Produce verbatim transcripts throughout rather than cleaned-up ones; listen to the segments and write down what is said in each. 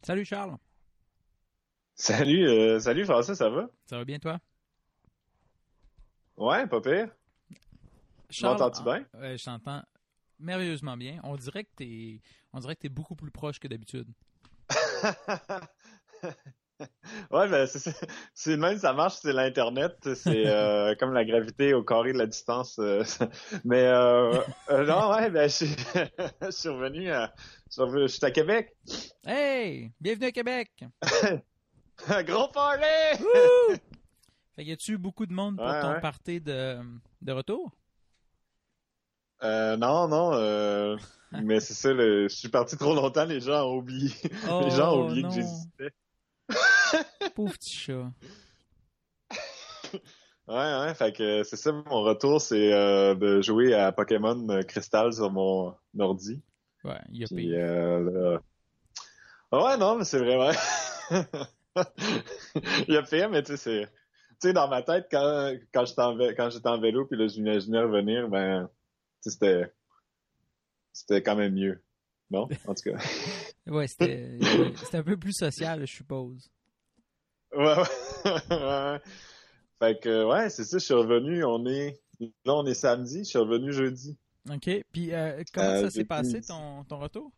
Salut Charles. Salut, euh, salut François, ça va? Ça va bien toi? Ouais, pas pire. Tu Charles, m'entends-tu en- bien? ouais, je t'entends merveilleusement bien. On dirait que t'es, on dirait que t'es beaucoup plus proche que d'habitude. Ouais, ben c'est ça. C'est le même, ça marche, c'est l'Internet, c'est euh, comme la gravité au carré de la distance. euh, Mais euh, euh, non, ouais, ben je suis je suis revenu à, je suis revenu- je suis à Québec. Hey, bienvenue à Québec. Gros party! Wouh! Fait que y a-tu beaucoup de monde Ouais, pour ton ouais. party de, de retour? Euh, non, non, euh, mais c'est ça, le, je suis parti trop longtemps, les gens ont oublié. Les gens ont Oh oublié que non, j'existais. pauvre petit chat. Ouais, ouais, fait que c'est ça, mon retour, c'est euh, de jouer à Pokémon euh, Crystal sur mon ordi. Ouais, il y a Puis, pire. euh, là- Ah ouais, non, mais c'est vraiment... Il y a pire, mais tu sais, c'est... Tu sais, dans ma tête, quand, quand j'étais en, vé- quand j'étais en vélo, puis là, j'imaginais revenir, ben, tu sais, c'était, c'était quand même mieux. Non? En tout cas. Ouais, c'était, c'était un peu plus social, je suppose. Ouais, ouais. Ouais. Fait que, ouais, c'est ça, je suis revenu, on est... Là, on est samedi, je suis revenu jeudi. Ok. Puis euh, comment Euh, ça s'est jeudi passé midi. ton, ton retour?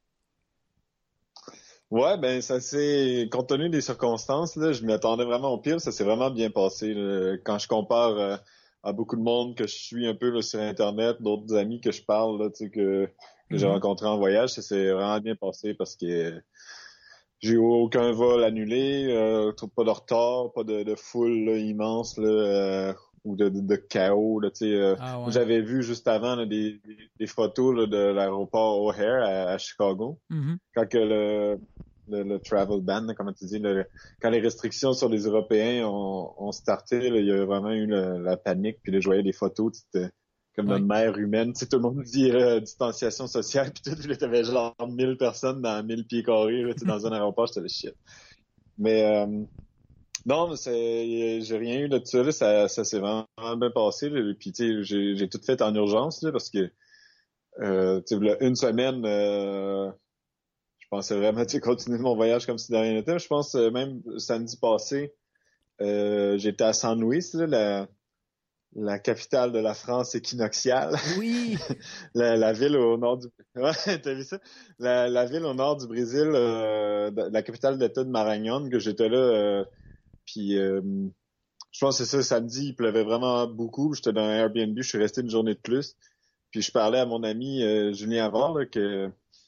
Ouais, ben ça s'est, compte tenu des circonstances, là, je m'y attendais vraiment au pire, ça s'est vraiment bien passé, là. Quand je compare euh, à beaucoup de monde que je suis un peu là, sur Internet, d'autres amis que je parle, là, tu sais, que, que j'ai Mhm. rencontrés en voyage, ça s'est vraiment bien passé parce que euh, j'ai eu aucun vol annulé, euh, pas de retard, pas de, de foule là, immense là, euh, ou de, de, de chaos. Là, tu sais, euh, Ah ouais. j'avais vu juste avant là, des, des, des photos là, de l'aéroport O'Hare à, à Chicago Mhm. quand que le, le, le travel ban, là, comment tu dis, le, quand les restrictions sur les Européens ont, ont starté, là, il y a vraiment eu la, la panique, puis là, je voyais des photos, c'était comme Ouais. une mer humaine, tu sais, tout le monde dit euh, distanciation sociale, puis tout, puis là, t'avais genre mille personnes dans mille pieds carrés, là, tu sais, dans un aéroport, j'étais le shit. Mais euh, non, mais c'est, j'ai rien eu de tout ça, là, ça, ça s'est vraiment bien passé, là, puis tu sais, j'ai, j'ai tout fait en urgence, là, parce que euh, tu sais, là, une semaine, euh, je pensais vraiment, tu sais, continuer mon voyage comme si de rien n'était. Je pense euh, même samedi passé, euh, j'étais à San Luis, là, la, la capitale de la France équinoxiale, Oui. la, la ville au nord du... Ouais, t'as vu ça? La, la ville au nord du Brésil, euh, de- la capitale d'État de Maranhão, que j'étais là, euh, puis euh, je pense que c'est ça, samedi, il pleuvait vraiment beaucoup. J'étais dans un Airbnb, je suis resté une journée de plus. Puis je parlais à mon ami euh, Julien Avard, là, que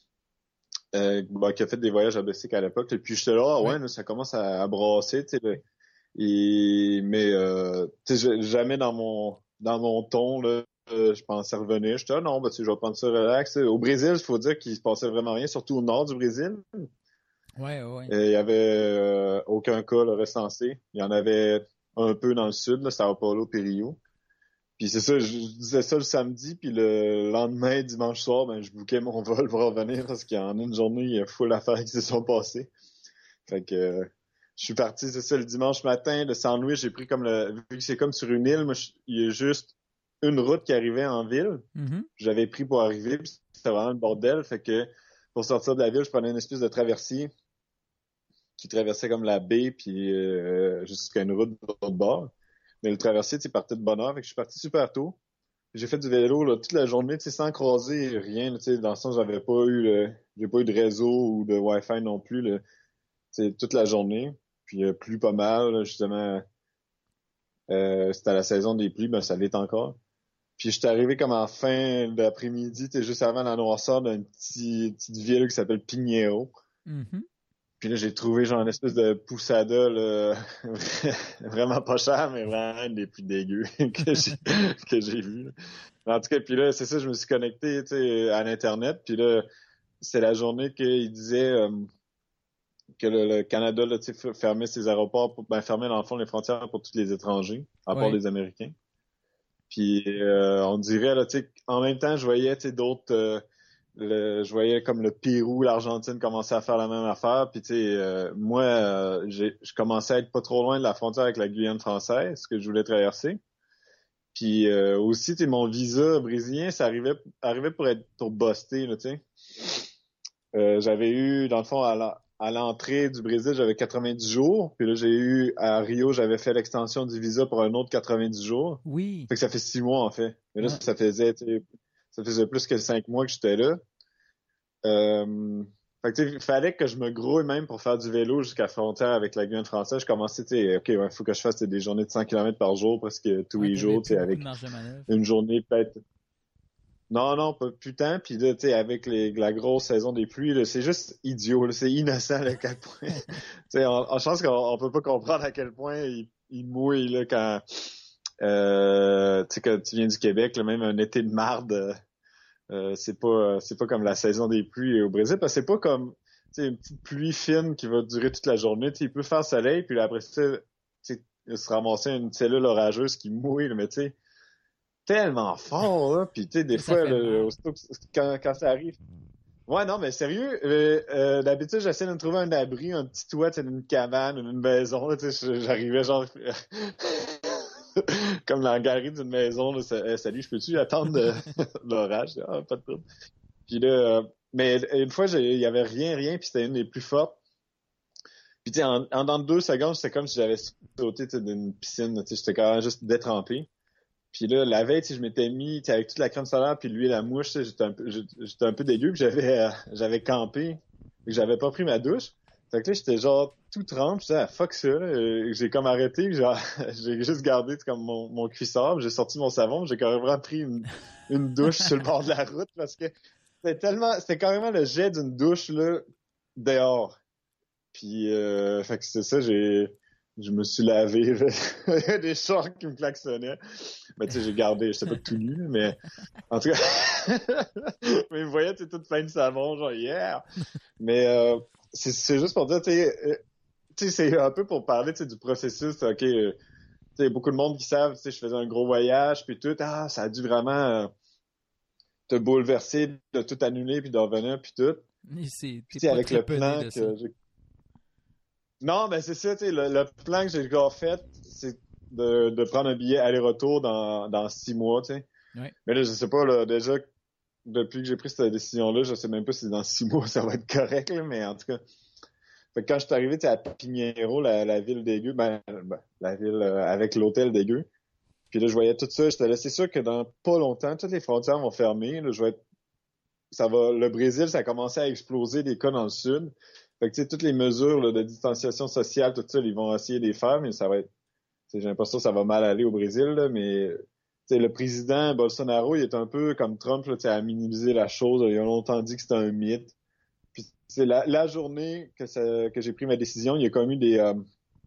euh, bah, qui a fait des voyages à bicycle à l'époque. Et puis j'étais là, ah Ouais. ouais, là, ça commence à, à brasser, tu sais. Là. Et mais euh, tu sais, je- jamais dans mon dans mon ton là, euh, je pensais revenir. J'étais ah non, bah tu sais, je vais prendre ça relax. Au Brésil, il faut dire qu'il se passait vraiment rien, surtout au nord du Brésil. Ouais, ouais. Et il y avait euh, aucun cas là, recensé. Il y en avait un peu dans le sud, là, Sao Paulo, puis Rio. Puis c'est ça, je, je disais ça le samedi, puis le lendemain, dimanche soir, ben je bouquais mon vol pour revenir parce qu'il y en a une journée, il y a full d'affaires qui se sont passées. Fait que euh, je suis parti, c'est ça, le dimanche matin de San Luis, j'ai pris comme le... Vu que c'est comme sur une île, moi, je- il y a juste une route qui arrivait en ville. Mhm. J'avais pris pour arriver, puis c'était vraiment le bordel. Fait que pour sortir de la ville, je prenais une espèce de traversier qui traversait comme la baie, puis euh, jusqu'à une route de l'autre bord. Mais le traversier, tu sais, partait de bonne heure. Fait que je suis parti super tôt. J'ai fait du vélo là, toute la journée, tu sais, sans croiser rien, tu sais, dans le sens j'avais pas eu le, j'ai pas eu de réseau ou de Wi-Fi non plus, là, tu sais, toute la journée. Puis euh, plu pas mal, là, justement, euh, c'était la saison des pluies, ben ça l'est encore. Puis j'étais arrivé comme en fin d'après-midi, tu sais, juste avant la noirceur d'une petit, petite ville qui s'appelle Pinheiro. Mhm. Puis là, j'ai trouvé genre une espèce de poussada là, vraiment pas cher, mais vraiment une des plus dégueu que j'ai que j'ai vu. Là. En tout cas, puis là, c'est ça, je me suis connecté, tu sais, à l'internet. Puis là, c'est la journée qu'il disait euh, que le, le Canada là, tu sais, fermait ses aéroports, pour, ben fermait dans le fond les frontières pour tous les étrangers, à part Ouais. les Américains. Puis euh, on dirait là, tu sais, en même temps, je voyais, tu sais, d'autres. Euh, le, je voyais comme le Pérou, l'Argentine commençaient à faire la même affaire. Puis tu sais, euh, moi, euh, j'ai, je commençais à être pas trop loin de la frontière avec la Guyane française, que je voulais traverser. Puis euh, aussi, tu sais, mon visa brésilien, ça arrivait, arrivait pour être pour buster, là, tu sais. Euh, j'avais eu, dans le fond, à la, à l'entrée du Brésil, j'avais quatre-vingt-dix jours. Puis là, j'ai eu, à Rio, j'avais fait l'extension du visa pour un autre quatre-vingt-dix jours. Oui. Fait que ça fait six mois, en fait. Mais là, Ouais. ça faisait, ça faisait plus que cinq mois que j'étais là. Euh, fait que, tu sais, il fallait que je me grouille même pour faire du vélo jusqu'à la frontière avec la Guyane française. Je commençais, tu sais, OK, ouais, faut que je fasse des journées de cent kilomètres par jour, presque tous Ouais, les t'avais jours, tu plus sais, beaucoup avec de marge de manœuvre. une journée peut-être. Non, non, pas putain. Puis là, tu sais, avec les, la grosse saison des pluies, là, c'est juste idiot, là, c'est innocent là, à quel point. Tu sais, on, on pense qu'on on peut pas comprendre à quel point il, il mouille là quand, euh, tu sais, quand tu viens du Québec, là, même un été de marde. Euh, c'est pas c'est pas comme la saison des pluies au Brésil, parce que c'est pas comme, tu sais, une petite pluie fine qui va durer toute la journée. Tu sais, il peut faire soleil, puis là, après ça, tu sais, se ramasser une cellule orageuse qui mouille, là, mais tu sais, tellement fort, là, puis tu sais, des Ça, ça fois, fait là, mal. aussitôt que- quand, quand ça arrive. Ouais, non, mais sérieux, euh, euh, d'habitude, j'essaie de me trouver un abri, un petit toit, tu sais, une cabane, une maison, là, tu sais, j'arrivais genre comme dans la galerie d'une maison, là, ça- euh, salut, je peux-tu attendre euh, l'orage? Ah, pas de problème. Puis là, euh, mais une fois, j'ai- il y avait rien, rien, puis c'était une des plus fortes. Puis tu sais, en, en dans deux secondes, c'était comme si j'avais sauté, tu sais, d'une piscine, tu sais, j'étais quand même juste détrempé. Puis là, la veille, tu sais, je m'étais mis, tu sais, avec toute la crème solaire puis l'huile à mouche, tu sais, j'étais un peu, j'étais un peu dégueu, puis j'avais, euh, j'avais campé, et que j'avais pas pris ma douche. Fait que là, j'étais genre tout trempe, je disais, ah, fuck ça, là. Euh, J'ai comme arrêté, puis genre, j'ai juste gardé, tu sais, comme mon, mon cuissard, puis j'ai sorti mon savon, puis j'ai carrément pris une, une douche sur le bord de la route, parce que c'était tellement, c'était carrément le jet d'une douche, là, dehors. Puis, euh, fait que c'est ça, j'ai, je me suis lavé, là. Il y a des shorts qui me klaxonnaient. Mais tu sais, j'ai gardé, je sais pas tout nu, mais en tout cas, mais vous voyez, tu sais, toute plein de savon, genre, yeah! Mais euh, c'est, c'est juste pour dire, tu sais, euh, tu sais, c'est un peu pour parler, tu sais, du processus, ok, euh, tu sais, beaucoup de monde qui savent, tu sais, je faisais un gros voyage, puis tout, ah, ça a dû vraiment euh, te bouleverser, de tout annuler, puis de revenir, puis tout. Mais c'est, Puis t'es tu sais, pas avec très le pené plan de ça. que j'ai... Non, ben c'est ça, tu sais, le, le plan que j'ai encore fait, c'est de, de prendre un billet aller-retour dans, dans six mois, tu sais. Ouais. Mais là, je sais pas, là, déjà, depuis que j'ai pris cette décision-là, je sais même pas si dans six mois ça va être correct, là, mais en tout cas. Fait que quand je suis arrivé, tu sais, à Piñero, la, la ville des gueux, ben, ben, la ville euh, avec l'hôtel des gueux. Puis là, je voyais tout ça, j'étais là, c'est sûr que dans pas longtemps, toutes les frontières vont fermer, là, je vais être, ça va, le Brésil, ça a commencé à exploser des cas dans le sud. Fait que, tu sais, toutes les mesures, là, de distanciation sociale, tout ça, ils vont essayer de les faire, mais ça va être, j'ai l'impression que ça va mal aller au Brésil, là, mais t'sais, le président Bolsonaro, il est un peu comme Trump, là, à minimiser la chose. Ils ont longtemps dit que c'était un mythe. Puis c'est la, la journée que, ça, que j'ai pris ma décision, il y a comme eu des... Euh,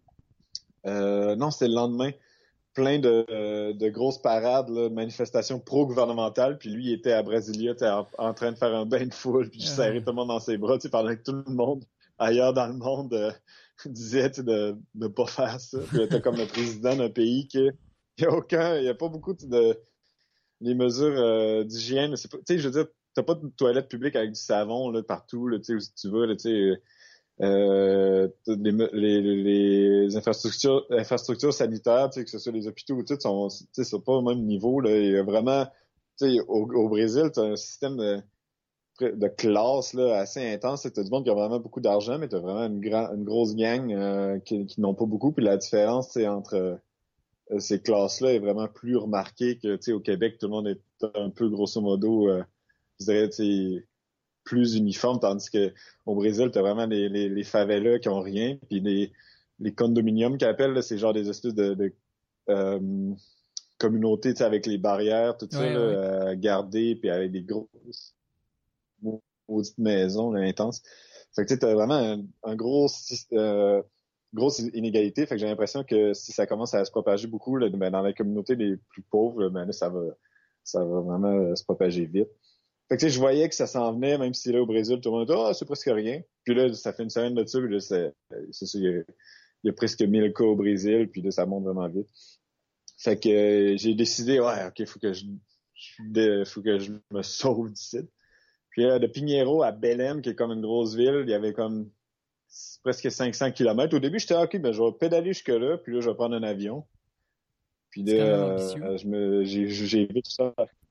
euh, non, c'était le lendemain. Plein de, euh, de grosses parades, là, de manifestations pro-gouvernementales. Puis lui, il était à Brasilia, en, en train de faire un bain de foule. Puis je serrais Euh, tout le monde dans ses bras, pendant que tout le monde ailleurs dans le monde euh, disait de ne pas faire ça. Puis là, t'as comme le président d'un pays qui... Il y a aucun, il y a pas beaucoup de les mesures euh, d'hygiène. Tu sais, je veux dire, t'as pas de toilette publique avec du savon là partout, là, tu sais, où tu vas, là, tu sais, euh, les, les, les infrastructures, infrastructures sanitaires, tu sais, que ce soit les hôpitaux ou tout, sont, tu sais, sont pas au même niveau là. Il y a vraiment, tu sais, au, au Brésil, t'as un système de de classe là assez intense. T'as du monde qui a vraiment beaucoup d'argent, mais t'as vraiment une, grand, une grosse gang euh, qui, qui n'ont pas beaucoup. Puis la différence, c'est entre euh, ces classes-là est vraiment plus remarquée que, tu sais, au Québec, tout le monde est un peu, grosso modo, euh, je dirais, tu sais, plus uniforme, tandis que au Brésil, t'as vraiment les, les, les favelas qui ont rien, puis les, les condominiums qu'ils appellent, là, c'est genre des espèces de, de euh, communautés, tu sais, avec les barrières, tout ça, ouais, là, ouais. euh, gardées, puis avec des grosses maudites maisons, là, intenses. Fait que, tu sais, t'as vraiment un, un gros euh, grosse inégalité. Fait que j'ai l'impression que si ça commence à se propager beaucoup là, ben, dans les communautés les plus pauvres, ben là, ça va ça va vraiment euh, se propager vite. Fait que tu sais, je voyais que ça s'en venait, même si là au Brésil, tout le monde dit ah, c'est presque rien. Puis là, ça fait une semaine de ça, puis là, c'est, c'est ça, il y, a, il y a presque mille cas au Brésil, puis là, ça monte vraiment vite. Fait que euh, j'ai décidé, ouais, ok, faut que je, je faut que je me sauve d'ici. Puis là, de Piñero à Belém, qui est comme une grosse ville, il y avait comme presque cinq cents kilomètres. Au début, j'étais OK, ben je vais pédaler jusque-là, puis là, je vais prendre un avion. Puis là, C'est quand même ambitieux. euh, je me, j'ai, j'ai vite ça.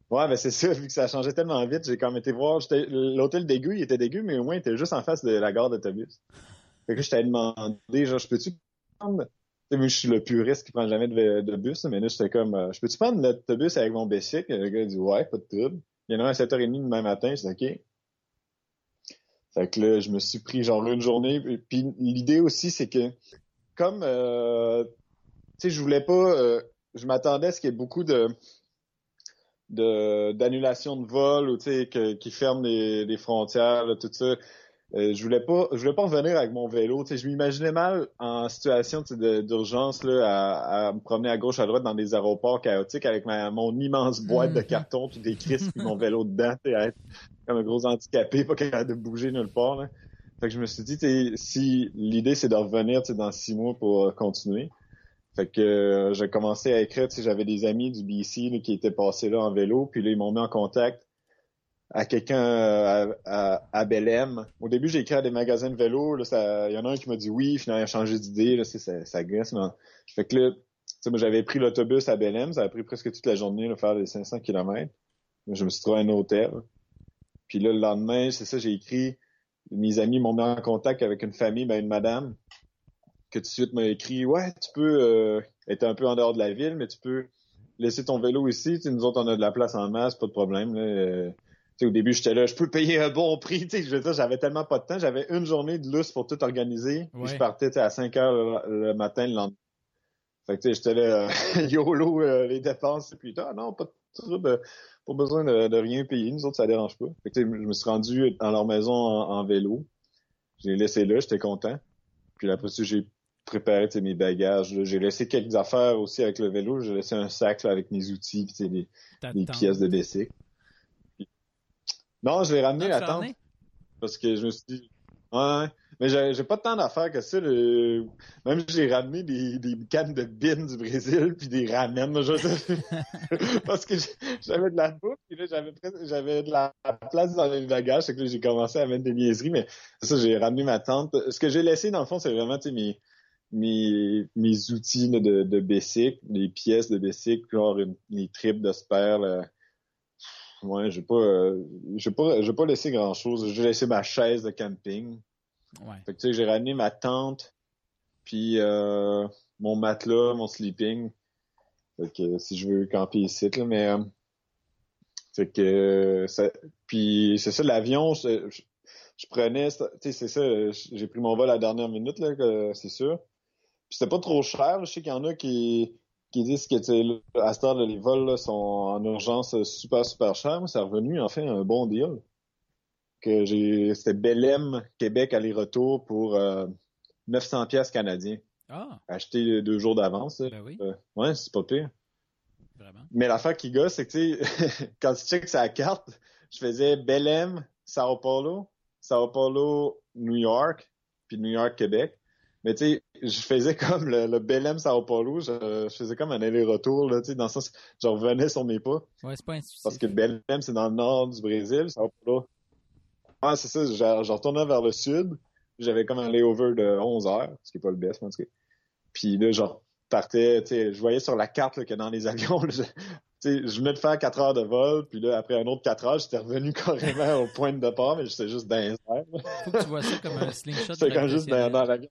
Ouais, ben c'est ça, vu que ça changeait tellement vite, j'ai comme été voir, j'étais, l'hôtel dégueu, il était dégueu, mais au moins, il était juste en face de la gare d'autobus. Fait que là, je t'avais demandé, genre, je peux-tu prendre, tu sais, moi, je suis le puriste qui prend jamais de, de bus, mais là, j'étais comme, euh, je peux-tu prendre l'autobus avec mon bicycle? Le gars, il dit, ouais, pas de trouble. Il y en a un à sept heures trente demain matin, je dis, OK. Fait que là, je me suis pris, genre, une journée, puis, puis l'idée aussi, c'est que, comme, euh, tu sais, je voulais pas, euh, je m'attendais à ce qu'il y ait beaucoup de, de d'annulation de vol ou tu sais que, qui ferment les, les frontières là, tout ça. Euh, je voulais pas je voulais pas revenir avec mon vélo. Tu sais, je m'imaginais mal en situation tu sais, de, d'urgence là à, à me promener à gauche à droite dans des aéroports chaotiques avec ma mon immense boîte de Mhm. carton puis des crises puis mon vélo dedans, tu sais, à être comme un gros handicapé, pas capable de bouger nulle part. Là. Fait que je me suis dit, tu sais, si l'idée c'est de revenir tu sais, dans six mois pour euh, continuer. Fait que euh, j'ai commencé à écrire, tu sais, j'avais des amis du B C là, qui étaient passés là en vélo, puis là, ils m'ont mis en contact à quelqu'un euh, à, à, à Belém. Au début, j'ai écrit à des magasins de vélo, là, ça, il y en a un qui m'a dit oui, finalement, il a changé d'idée, là, c'est, ça, ça gosse, mais... Fait que là, tu sais, moi, j'avais pris l'autobus à Belém, ça a pris presque toute la journée, là, faire les cinq cents kilomètres. Je me suis trouvé un hôtel. Puis là, le lendemain, c'est ça, j'ai écrit, mes amis m'ont mis en contact avec une famille, ben, une madame, que tout de suite m'a écrit ouais tu peux euh, être un peu en dehors de la ville mais tu peux laisser ton vélo ici, tu sais, nous autres on a de la place en masse, pas de problème là. Euh, tu sais, au début j'étais là je peux payer un bon prix, tu sais, je veux dire j'avais tellement pas de temps, j'avais une journée de lousse pour tout organiser puis je Ouais. partais tu sais, à cinq heures le, le matin le lendemain. Fait que tu sais j'étais là euh, YOLO euh, les dépenses puis ah non pas de trouble, euh, pas besoin de, de rien payer, nous autres ça dérange pas. Fait que tu sais, je me suis rendu dans leur maison en, en vélo, j'ai laissé là, j'étais content. Puis après ça, j'ai préparé mes bagages. Là. J'ai laissé quelques affaires aussi avec le vélo. J'ai laissé un sac là, avec mes outils puis des, Ta des pièces de tante. bicycle. Puis... Non, je l'ai ramené Non, tu la l'as tente ramené? parce que je me suis dit ouais, ouais. Mais j'ai, j'ai pas tant d'affaires que ça. Le... Même j'ai ramené des, des cannes de bines du Brésil puis des ramen. Là, je sais. Parce que j'avais de la bouffe puis là j'avais presque, j'avais de la place dans les bagages. C'est que là, j'ai commencé à mettre des niaiseries. Mais ça, j'ai ramené ma tente. Ce que j'ai laissé dans le fond, c'est vraiment tu sais, mes mes, mes outils là, de, de bicycle, les pièces de bicycle, genre une, les tripes de spare. Là. Ouais, j'ai pas, euh, j'ai pas, j'ai pas laissé grand chose. J'ai laissé ma chaise de camping. Ouais. Fait que tu sais, j'ai ramené ma tente, puis euh, mon matelas, mon sleeping. Fait que si je veux camper ici, là, mais euh, fait que euh, ça, puis c'est ça l'avion. Je, je, je prenais, tu sais, c'est ça. J'ai pris mon vol à la dernière minute là, que, c'est sûr. Puis c'était pas trop cher. Je sais qu'il y en a qui, qui disent que tu sais, là, à cette heure, là, les vols là, sont en urgence euh, super, super chers. Moi, c'est revenu en fait un bon deal. Que j'ai. C'était Belém, Québec, aller-retour pour euh, neuf cents pièces canadiens. Ah, Acheté deux jours d'avance. Là. ben oui, Euh, ouais, c'est pas pire. vraiment. Mais l'affaire qui gosse, c'est que tu sais, quand tu checkes sa carte, je faisais Belém, Sao Paulo, Sao Paulo, New York, puis New York, Québec. Mais tu sais, je faisais comme le, le Belém Sao Paulo, je, je faisais comme un aller-retour, là, tu sais, dans le sens, je revenais sur mes pas. Ouais, c'est pas Parce que intuitif. Belém, c'est dans le nord du Brésil, Sao Paulo. Ah, c'est ça, je, je retournais vers le sud. J'avais comme un layover de onze heures, ce qui est pas le best, mais en tout cas. Puis là, je partais, tu sais, je voyais sur la carte là, que dans les avions, là, je, tu sais, je venais de faire quatre heures de vol, puis là, après un autre quatre heures, j'étais revenu carrément au point de départ, mais j'étais juste dans les airs. Faut que tu vois ça comme un slingshot J'étais comme juste dans, gravitationnel. dans l'avion.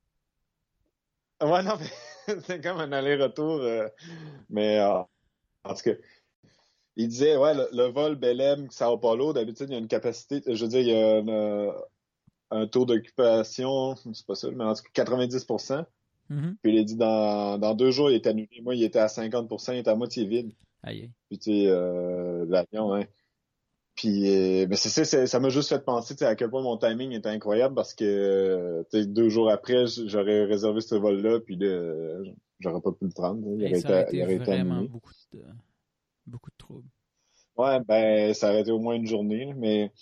Ouais, non, mais c'était comme un aller-retour. Euh, mais euh, en tout cas, il disait, ouais, le, le vol Belém-Sao Paulo, d'habitude, il y a une capacité, je veux dire, il y a une, euh, un taux d'occupation, c'est pas ça, mais en tout cas, quatre-vingt-dix pour cent. Mhm. Puis il a dit, dans, dans deux jours, il est annulé. Moi, il était à cinquante pour cent, il était à moitié vide. Aïe, aïe. Puis, tu sais, euh, l'avion, hein. Puis, euh, ben c'est ça, c'est- ça m'a juste fait penser, tu sais, à quel point mon timing était incroyable parce que, euh, tu sais, deux jours après, j- j'aurais réservé ce vol-là, puis là, euh, j'aurais pas pu le prendre. Là. Il Hey, aurait ça aurait été, il été aurait été vraiment annulé. beaucoup de, beaucoup de troubles. Ouais, ben, ça aurait été au moins une journée, là, mais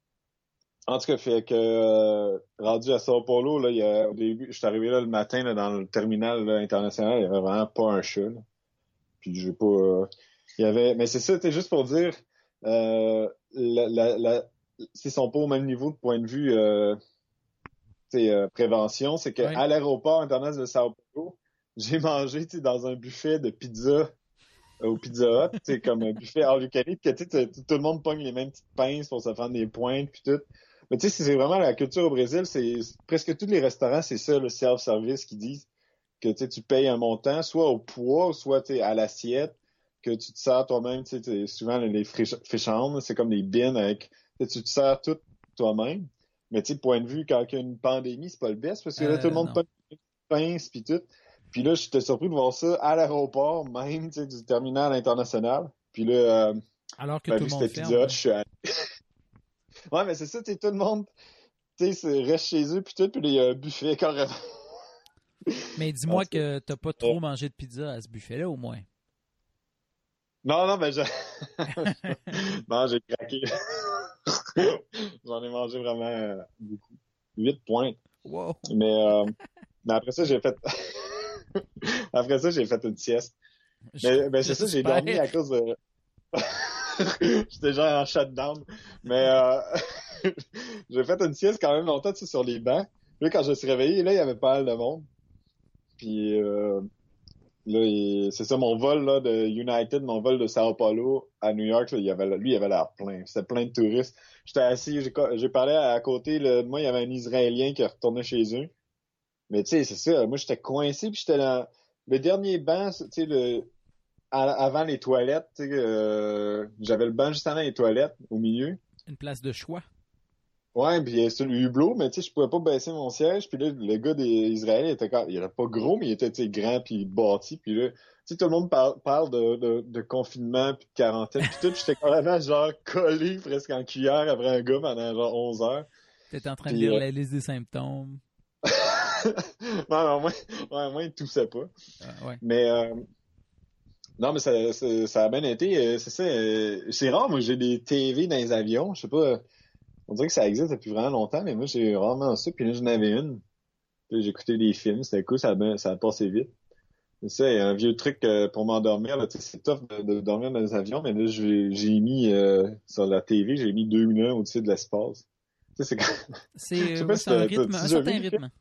en tout cas, fait que, euh, rendu à Sao Paulo, là, il y a, au début, je suis arrivé là le matin, là, dans le terminal là, international, il y avait vraiment pas un chat, là. Puis j'ai pas, euh, il y avait, mais c'est ça, tu juste pour dire, euh, la, la, la, s'ils sont pas au même niveau de point de vue, euh, euh, prévention, c'est Ouais. qu'à l'aéroport international de Sao Paulo, j'ai mangé, tu sais, dans un buffet de pizza au Pizza Hut, tu sais, comme un buffet all you can eat, que tu sais, tout le monde pogne les mêmes petites pinces pour se prendre des pointes puis tout. Mais tu sais, c'est vraiment la culture au Brésil, c'est presque tous les restaurants, c'est ça, le self-service qu'ils disent, que tu sais, tu payes un montant, soit au poids, soit tu sais, à l'assiette, que tu te sers toi-même, tu sais, souvent les fish fish on, c'est comme des bins avec, tu te sers tout toi-même. Mais tu sais, point de vue, quand il y a une pandémie, c'est pas le best, parce que là, tout le Euh, monde non. pogne des pinces puis tout. Puis là, j'étais surpris de voir ça à l'aéroport même, tu sais, du terminal international. Puis là, euh, Alors que ben, tout vu le que monde c'était ferme, Pizza Hut, là. je suis allé. Ouais, mais c'est ça, tu sais, tout le monde, tu sais, reste chez eux, puis tout, puis là, il y a un buffet carrément. Mais En dis-moi tout que t'as pas cas, euh, trop mangé de pizza à ce buffet-là, au moins. non, non, mais je... non, j'ai craqué. J'en ai mangé vraiment euh, beaucoup. Huit points. Wow! Mais, euh, mais après ça, j'ai fait... après ça, j'ai fait une sieste. Mais, mais c'est ça, j'ai dormi J'espère. à cause de... J'étais genre en shutdown. Mais euh, j'ai fait une sieste quand même longtemps, tu sais, sur les bancs. Là, quand je me suis réveillé, là, il y avait pas mal de monde. Puis euh, là, il- c'est ça, mon vol là, de United, mon vol de Sao Paulo à New York, là, il y avait, lui, il avait l'air plein. C'était plein de touristes. J'étais assis, j'ai, j'ai parlé à, à côté là, de moi, il y avait un Israélien qui retournait chez eux. Mais tu sais, c'est ça, moi, j'étais coincé, puis j'étais dans le dernier banc, tu sais, le à- avant les toilettes, tu sais, euh, j'avais le banc juste avant les toilettes, au milieu. Une place de choix. Ouais, puis sur le hublot, mais tu sais, je pouvais pas baisser mon siège. Puis là, le gars des Israéliens, il était quand... il était pas gros, mais il était, tu sais, grand puis bâti. Puis là, tu sais, tout le monde parle, parle de, de, de confinement puis de quarantaine puis tout. Puis j'étais carrément genre collé presque en cuillère après un gars pendant genre onze heures. T'es en train de Puis lire euh... la liste des symptômes. non, non, moi, ouais, moi, il toussait pas. Euh, ouais. Mais euh... non, mais ça, ça, ça a bien été. euh, c'est ça. euh, C'est rare, moi, j'ai des T V dans les avions. Je sais pas. On dirait que ça existe depuis vraiment longtemps, mais moi, j'ai rarement ça. Puis là, j'en avais une. Puis j'écoutais des films, c'était cool, ça a, bien- ça a passé vite. C'est ça, il y a un vieux truc euh, pour m'endormir, là, tu sais, c'est tough de, de dormir dans les avions, mais là, j'ai, j'ai mis euh, sur la T V, j'ai mis deux millions au-dessus de l'espace. Tu sais, c'est quand... Je C'est sais euh, pas ouais, si c'est un t'as, t'as rythme, un déjà vu certain le film? rythme.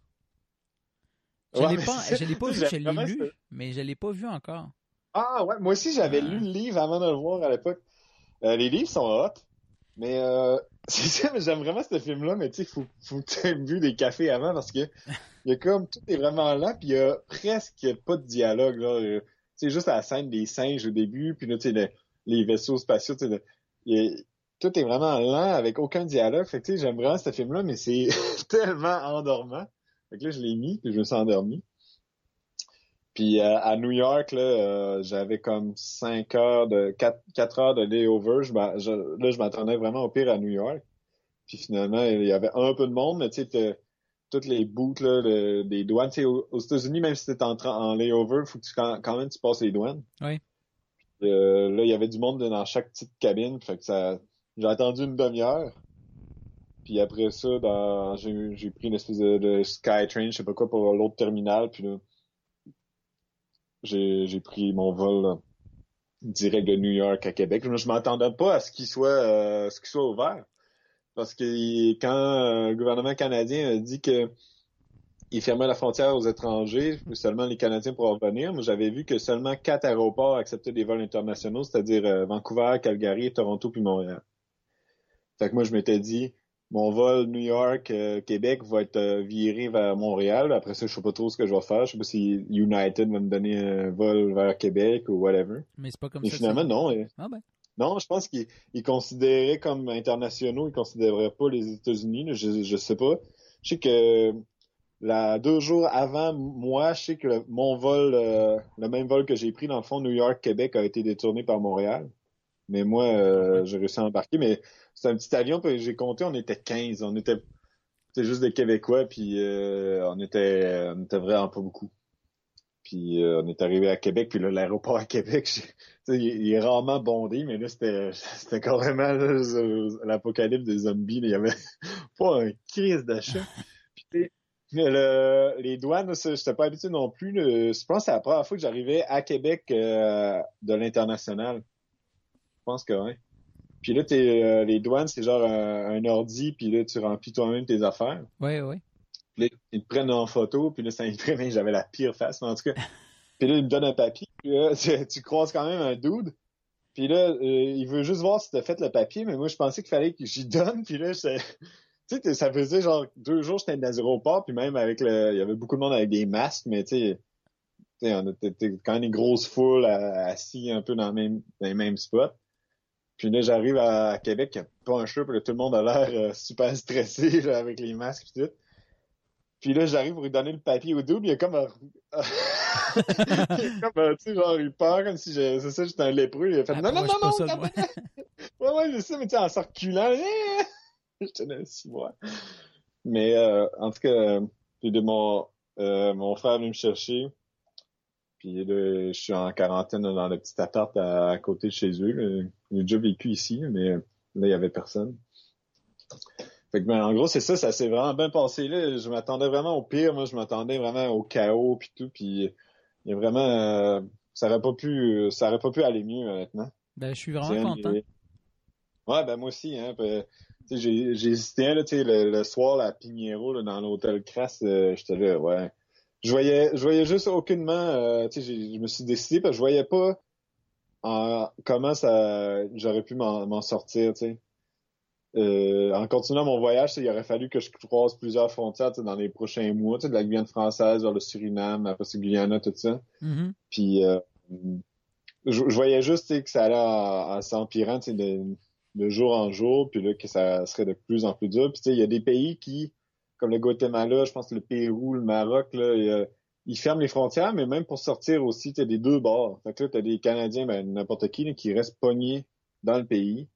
Je Ouais, l'ai mais pas, c'est ça. je l'ai pas Tu sais, vu, je j'avais l'ai vraiment ce- lu, mais je l'ai pas vu encore. Ah ouais, moi aussi, j'avais lu Euh, le livre avant de le voir à l'époque. Euh, les livres sont hot, mais euh, c'est ça, mais j'aime vraiment ce film-là, mais tu sais, faut, faut que tu aies bu des cafés avant parce que il y a comme, tout est vraiment lent, puis il y a presque pas de dialogue, là. Euh, Tu sais, juste la scène des singes au début, puis là, tu sais, le- les vaisseaux spatiaux, tu sais, le- il est- tout est vraiment lent, avec aucun dialogue. Fait que, tu sais, j'aime vraiment ce film-là, mais c'est tellement endormant. Fait que là, je l'ai mis, puis je me suis endormi. Puis euh, à New York, là, euh, j'avais comme cinq heures de, quatre, quatre heures de layover. Je, m'a- je- là, je m'attendais vraiment au pire à New York. Puis finalement, il y avait un peu de monde, mais tu sais, t'as- toutes les bouts là, de- des douanes. Tu sais, aux, aux États-Unis, même si t'es en, tra- en layover, il faut que tu, quand, quand même tu passes les douanes. oui. Euh, là, il y avait du monde dans chaque petite cabine, fait que ça, j'ai attendu une demi-heure. Puis après ça, dans, j'ai, j'ai pris une espèce de, de Skytrain, je sais pas quoi, pour l'autre terminal. Puis là, j'ai, j'ai pris mon vol là, direct de New York à Québec. Je, je m'attendais pas à ce qu'il soit, euh, ce qu'il soit ouvert. Parce que il- quand euh, le gouvernement canadien a dit que il fermait la frontière aux étrangers, seulement les Canadiens pourraient revenir. Moi, j'avais vu que seulement quatre aéroports acceptaient des vols internationaux, c'est-à-dire euh, Vancouver, Calgary, Toronto puis Montréal. Fait que moi, je m'étais dit, mon vol New York, euh, Québec va être euh, viré vers Montréal. Après ça, je sais pas trop ce que je vais faire. Je sais pas si United va me donner un vol vers Québec ou whatever. Mais c'est pas comme Mais ça que ça. finalement, non. euh, Ah ben. non, je pense qu'ils ils considéraient comme internationaux, ils considéraient pas les États-Unis. Là, je, je sais pas. Je sais que là, deux jours avant moi, je sais que le- mon vol, euh, le même vol que j'ai pris dans le fond New York-Québec a été détourné par Montréal. Mais moi, Ah ouais. euh, j'ai réussi à embarquer. Mais c'est un petit avion, puis j'ai compté, on était quinze. On était, c'était juste des Québécois, puis euh, on était, on était vraiment pas beaucoup. Puis euh, on est arrivé à Québec, puis là, l'aéroport à Québec, j'ai- tu sais, il, il est rarement bondé, mais là, c'était, c'était carrément là, l'apocalypse des zombies. Là. Il y avait pas un crise d'achat. Puis, tu sais, le- les douanes, ça, j'étais pas habitué non plus. Là. Je pense que c'est la première fois que j'arrivais à Québec euh, de l'international. Je pense que oui. Puis là, t'es, euh, les douanes, c'est genre un, un ordi, puis là, tu remplis toi-même tes affaires. Oui, oui. Puis là, ils te prennent en photo, puis là, ça imprime, j'avais la pire face, mais en tout cas. Puis là, ils me donnent un papier. Puis là, tu, tu croises quand même un dude. Puis là, euh, il veut juste voir si t'as fait le papier, mais moi, je pensais qu'il fallait que j'y donne. Puis là, tu sais, ça faisait genre deux jours, j'étais dans l'aéroport, puis même avec le... Il y avait beaucoup de monde avec des masques, mais tu sais, on était quand même des grosses foules assis un peu dans, le même, dans les mêmes spots. Puis là, j'arrive à, à Québec, il n'y a pas un chat, puis là, tout le monde a l'air euh, super stressé là, avec les masques et tout. Puis là, j'arrive pour lui donner le papier au double, il y a comme un... il y a comme un, tu sais, genre, il peur comme si je... c'est ça, j'étais un lépreux. Il a fait, non, non, non, non, ça de moi. ouais, ouais, je sais, mais tu sais, en se reculant, j'étais là, si, moi. Mais, euh, en tout cas, puis de mon, euh, mon frère est venu me chercher. Puis là, je suis en quarantaine dans le petit appart à, à côté de chez eux. J'ai déjà vécu ici, mais là, il y avait personne. Fait que, ben, en gros, c'est ça, ça s'est vraiment bien passé, là. Je m'attendais vraiment au pire. Moi, je m'attendais vraiment au chaos puis tout. Puis, il y a vraiment, euh, ça aurait pas pu, ça aurait pas pu aller mieux, honnêtement. Ben, je suis vraiment content. Des... Ouais, ben, moi aussi, hein. Puis, j'ai, j'ai hésité, là, tu sais, le, le soir, là, à Piniero, là, dans l'hôtel Crasse, euh, j'étais là, ouais. Je voyais, je voyais juste aucunement, euh, tu sais, je me suis décidé parce que je voyais pas en, comment ça, j'aurais pu m'en, m'en sortir, tu sais. Euh, en continuant mon voyage, il aurait fallu que je croise plusieurs frontières dans les prochains mois, de la Guyane française vers le Suriname, après c'est Guyana, tout ça. Mm-hmm. Puis euh, je, je voyais juste que ça allait en, en s'empirant de, de jour en jour, puis là que ça serait de plus en plus dur. Puis il y a des pays qui, comme le Guatemala, je pense que le Pérou, le Maroc, là, y a, ils ferment les frontières, mais même pour sortir aussi, tu as des deux bords. Fait que là, tu as des Canadiens, ben, n'importe qui, là, qui restent pognés dans le pays.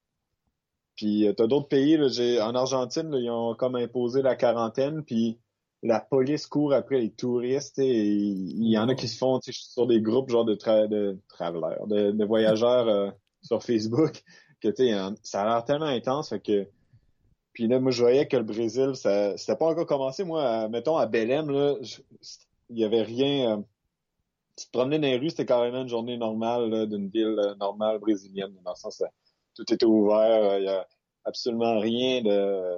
Puis t'as d'autres pays, là, j'ai, en Argentine, là, ils ont comme imposé la quarantaine, puis la police court après les touristes, et il y en a qui se font sur des groupes genre de, tra- de travelers, de, de voyageurs euh, sur Facebook, que tu sais, ça a l'air tellement intense, fait que puis là, moi, je voyais que le Brésil, ça c'était pas encore commencé. Moi, à, mettons, à Belém, là, je, il y avait rien. Euh, tu te promenais dans les rues, c'était carrément une journée normale là, d'une ville euh, normale brésilienne. Dans le sens, ça, tout était ouvert. Il euh, y a absolument rien de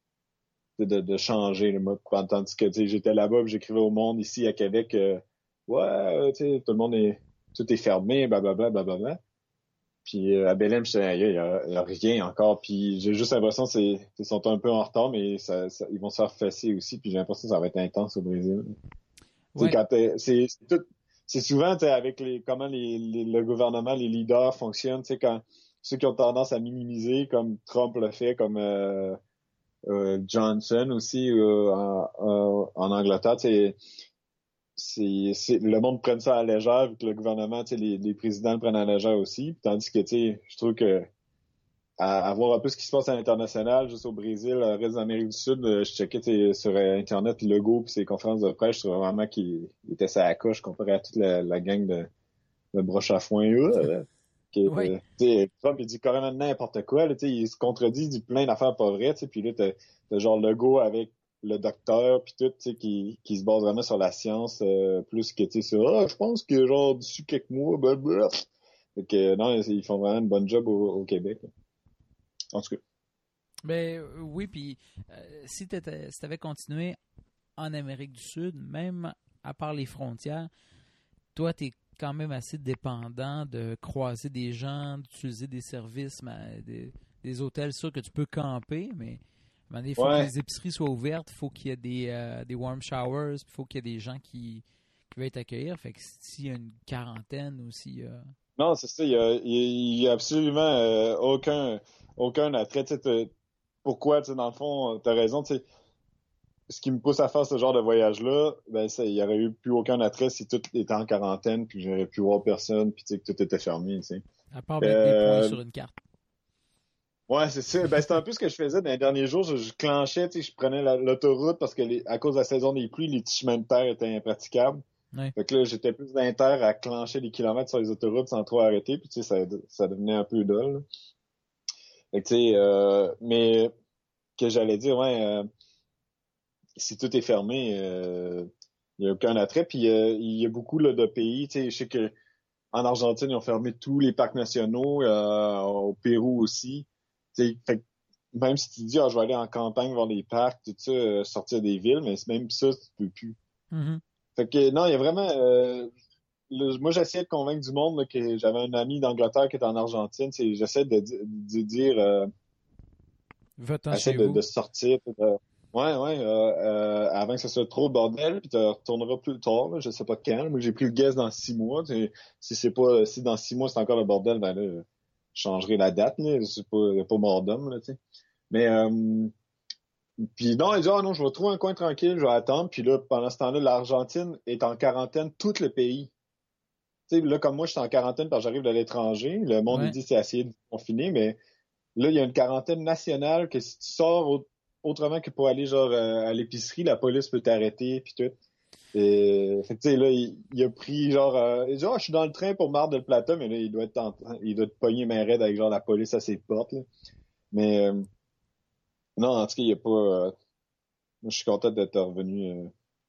de, de, de changer. Là, moi, tandis que j'étais là-bas, puis j'écrivais au monde ici à Québec, euh, ouais, tu sais, tout le monde est, tout est fermé, blablabla, blablabla. Puis euh, à Belém, j'étais, il y a, y a rien encore. Puis j'ai juste l'impression qu'ils sont un peu en retard, mais ça, ça, ils vont se faire fesser aussi. Puis j'ai l'impression que ça va être intense au Brésil. Ouais. Quand c'est, c'est tout, c'est souvent avec les comment les, les, le gouvernement, les leaders fonctionnent. Tu sais, quand ceux qui ont tendance à minimiser, comme Trump le fait, comme euh, euh, Johnson aussi euh, en, en, en Angleterre, tu sais. C'est, c'est, le monde prenne ça à la légère, vu que le gouvernement, tu sais, les, les présidents le prennent à la légère aussi. Tandis que, tu sais, je trouve que à, à voir un peu ce qui se passe à l'international, juste au Brésil, au reste d'Amérique du Sud, je checkais sur Internet le Legault puis ses conférences de presse, je trouvais vraiment qu'il était ça à la coche comparé à toute la, la gang de, de broche à foin. Euh, qui, oui. euh, tu sais, Trump, il dit carrément n'importe quoi, là, tu sais, il se contredit, il dit plein d'affaires pas vraies, tu sais, puis là, t'as, t'as genre Legault avec le docteur puis tout, tu sais, qui, qui se base vraiment sur la science, euh, plus que, tu sais, sur, ah, je pense que, genre, d'ici quelques mois, blablabla. Fait que, non, ils font vraiment une bonne job au, au Québec, là. En tout cas. Ben, oui, puis euh, si tu si avais continué en Amérique du Sud, même à part les frontières, toi, tu es quand même assez dépendant de croiser des gens, d'utiliser des services, des, des hôtels, sûr que tu peux camper, mais il faut ouais. que les épiceries soient ouvertes, il faut qu'il y ait des, euh, des warm showers, il faut qu'il y ait des gens qui, qui veulent t'accueillir. Fait que s'il y a une quarantaine ou s'il y a... Non, c'est ça, il y a, il y a absolument euh, aucun, aucun attrait. T'sais, pourquoi, t'sais, dans le fond, t'as raison, t'sais, ce qui me pousse à faire ce genre de voyage-là, ben ça, il y aurait eu plus aucun attrait si tout était en quarantaine, puis j'aurais pu voir personne, puis que tout était fermé. T'sais. À part mettre euh, des points sur une carte. Ouais, c'est ça. Ben, c'était un peu ce que je faisais dans les derniers jours. Je, je clenchais, tu sais, je prenais la, l'autoroute parce que les, à cause de la saison des pluies, les petits chemins de terre étaient impraticables. Ouais. Fait que là, j'étais plus d'inter à clencher des kilomètres sur les autoroutes sans trop arrêter, puis tu sais, ça, ça devenait un peu dole. Fait que tu sais, euh, mais que j'allais dire, ouais, euh, si tout est fermé, il euh, n'y a aucun attrait. Puis il euh, y a beaucoup là, de pays, tu sais, je sais que en Argentine, ils ont fermé tous les parcs nationaux, euh, au Pérou aussi. T'sais, fait que même si tu dis, ah, je vais aller en campagne voir les parcs, tout ça, euh, sortir des villes, mais même ça, tu peux plus. Mm-hmm. Fait que non, il y a vraiment, euh, le, moi, j'essayais de convaincre du monde là, que j'avais un ami d'Angleterre qui était en Argentine. C'est, j'essaie de, de, de dire, euh, Va-t'en essaie chez de, vous. de sortir. De, ouais, ouais, euh, euh, avant que ce soit trop le bordel, puis tu retourneras plus tard. Là, je sais pas quand. Moi, j'ai pris le guess dans six mois. T'sais, si c'est pas, si dans six mois c'est encore le bordel, ben là, je changerai la date. Là, c'est pas, pas mort d'homme là, tu sais. Mais euh, puis non, il dit ah non, je vais trouver un coin tranquille, je vais attendre. Puis là, pendant ce temps-là, l'Argentine est en quarantaine, tout le pays. Tu sais, là, comme moi, je suis en quarantaine parce que j'arrive de l'étranger. Le monde, il Ouais. dit c'est essayer de confiner, mais là, il y a une quarantaine nationale que si tu sors au- autrement que pour aller genre euh, à l'épicerie, la police peut t'arrêter puis tout. Et, fait que, tu sais, là, il, il a pris genre euh, il dit ah, je suis dans le train pour Mar del Plata, mais là, il doit être en, il doit te pogner main raide avec genre la police à ses portes. Là. Mais euh, non, en tout cas, il y a pas. Euh, moi, je suis content d'être revenu. Euh...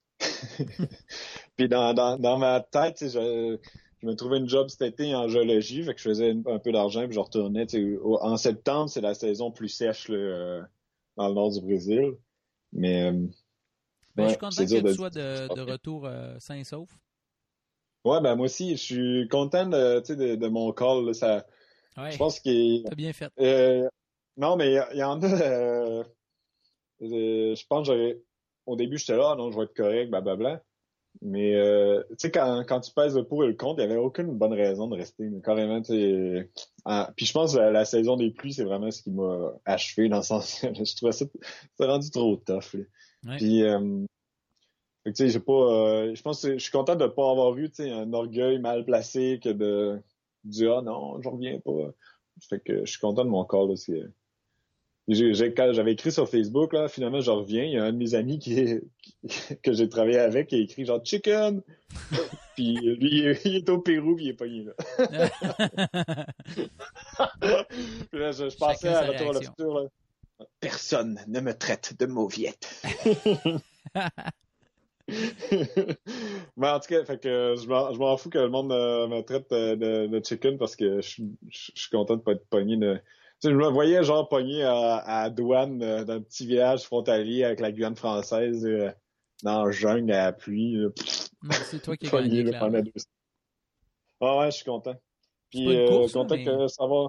Puis dans, dans, dans ma tête, tu sais, je, je me trouvais une job cet été en géologie, fait que je faisais un, un peu d'argent, puis je retournais. Tu sais, au- en septembre, c'est la saison plus sèche là, euh, dans le nord du Brésil. Mais euh, Ben, je suis ouais, c'est content que dur tu de sois dire. de, de retour euh, sain et sauf. Ouais, ben moi aussi, je suis content de, tu sais, de, de mon call. Là, ça, je Ouais, pense qu'il t'as bien fait. euh, non, mais il y, y en a. Euh, euh, je pense que j'aurais. Au début, j'étais là, ah non, je vais être correct, blablabla. Mais euh, tu sais, quand, quand tu pèses le pour et le contre, il n'y avait aucune bonne raison de rester. Mais carrément, tu sais. Ah, puis je pense que la, la saison des pluies, c'est vraiment ce qui m'a achevé dans le sens. Je trouvais ça. C'est rendu trop tough. Là. Ouais. Puis euh, fait que, tu sais, j'ai pas. Euh, je pense que je suis content de ne pas avoir eu tu sais, un orgueil mal placé que de dire ah non, je reviens pas. Fait que je suis content de mon corps là. C'est, j'ai, j'ai- quand j'avais écrit sur Facebook, là, finalement, je reviens. Il y a un de mes amis qui, est, qui- que j'ai travaillé avec qui a écrit genre chicken. Puis lui, il est, il est au Pérou, puis il est pogné là. Puis là, je, je pensais Chacun à sa Retour à le réaction. futur. Là. Personne ne me traite de mauviette. Mais en tout cas, fait que je m'en, je m'en fous que le monde euh, me traite de, de, de chicken parce que je, je, je suis content de pas être pogné de. Tu sais, je me voyais genre pogné à, à la douane euh, d'un petit village frontalier avec la Guyane française euh, dans le jungle à la pluie. Là, Non, c'est toi qui as pogné gagné, là, pendant clairement. deux semaines. Ah ouais, je suis content. C'est pas Puis une euh, course, là, content mais que ça va.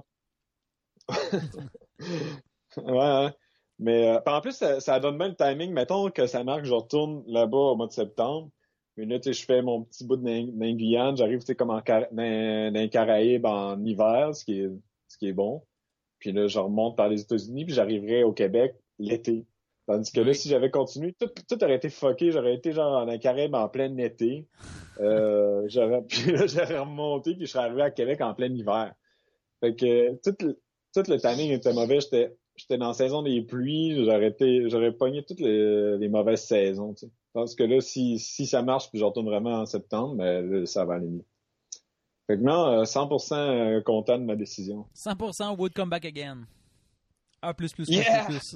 Ouais, ouais. Mais euh, puis en plus, ça, ça donne bien le timing. Mettons que ça marque, je retourne là-bas au mois de septembre. Mais là, tu sais, je fais mon petit bout de Nain- Nain Guyane. J'arrive, tu sais, comme en Car- dans, dans les Caraïbes en hiver, ce qui est, ce qui est bon. Puis là, je remonte par les États-Unis, puis j'arriverai au Québec l'été. Tandis que là, oui. si j'avais continué, tout, tout aurait été fucké. J'aurais été genre dans les Caraïbes en plein été. Euh, j'aurais, puis là, j'aurais remonté, puis je serais arrivé à Québec en plein hiver. Fait que tout le, tout le timing était mauvais. J'étais, j'étais dans la saison des pluies. J'aurais été, j'aurais pogné toutes les, les mauvaises saisons, tu sais. Parce que là, si, si ça marche puis je retourne vraiment en septembre, ben là, ça va aller mieux. Fait que non, euh, cent pour cent content de ma décision. cent pour cent would come back again. A plus, plus, plus, plus, Yeah! plus.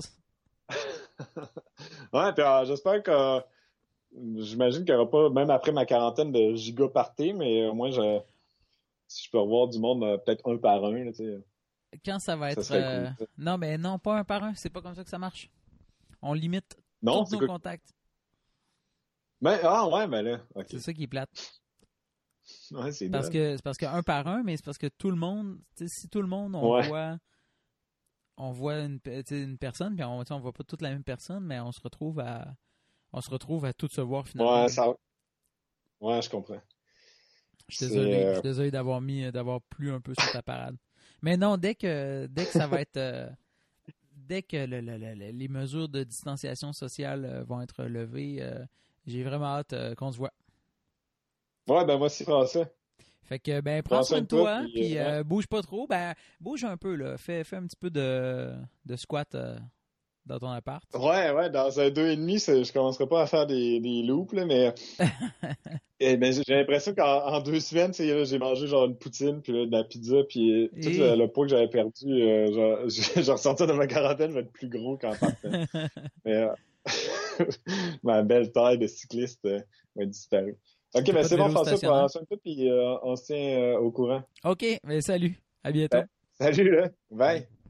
Ouais, puis euh, j'espère que euh, j'imagine qu'il n'y aura pas, même après ma quarantaine de giga party, mais au moins je, si je peux revoir du monde euh, peut-être un par un, là, tu sais, Quand ça va ça être... serait euh, cool. Ça. Non, mais non, pas un par un. C'est pas comme ça que ça marche. On limite Non, tous c'est nos cool. contacts. Ben, ah ouais, ben là, ok. C'est ça qui est plate. Ouais, c'est Parce dingue. que c'est parce que un par un, mais c'est parce que tout le monde, tu sais, si tout le monde, on Ouais. voit on voit une, tu sais, une personne, puis on, tu sais, on voit pas toute la même personne, mais on se retrouve à on se retrouve à tout se voir finalement. Ouais, là. ça. Ouais, je comprends. Je suis C'est. désolé, je Euh... suis désolé d'avoir mis d'avoir plu un peu sur ta parade. Mais non, dès que dès que ça va être euh, dès que le, le, le, le- les mesures de distanciation sociale euh, vont être levées, euh, j'ai vraiment hâte euh, qu'on se voit. Ouais, ben moi aussi, François. Fait que ben prends Prends soin soin de de toi, toi, puis puis euh, ouais. euh, bouge pas trop, ben bouge un peu là, fais fais un petit peu de de squat euh, dans ton appart. Ouais, ouais, dans un deux et demi, c'est- je commencerai pas à faire des, des loops, là, mais eh, ben, j'ai j'ai l'impression qu'en en deux semaines, tu sais, là, j'ai mangé genre une poutine, puis là, de la pizza, puis euh, tout le, Et le poids que j'avais perdu, euh, genre, je, je ressortais de ma quarantaine, je vais être plus gros qu'en partant. Mais euh, ma belle taille de cycliste euh, va être disparue. Ok, T'as ben pas de c'est bon, vélo François, stationnaire. prends soin de toi, puis euh, on se tient euh, au courant. OK, mais salut. À Ouais. bientôt. Salut, là. Bye. Bye.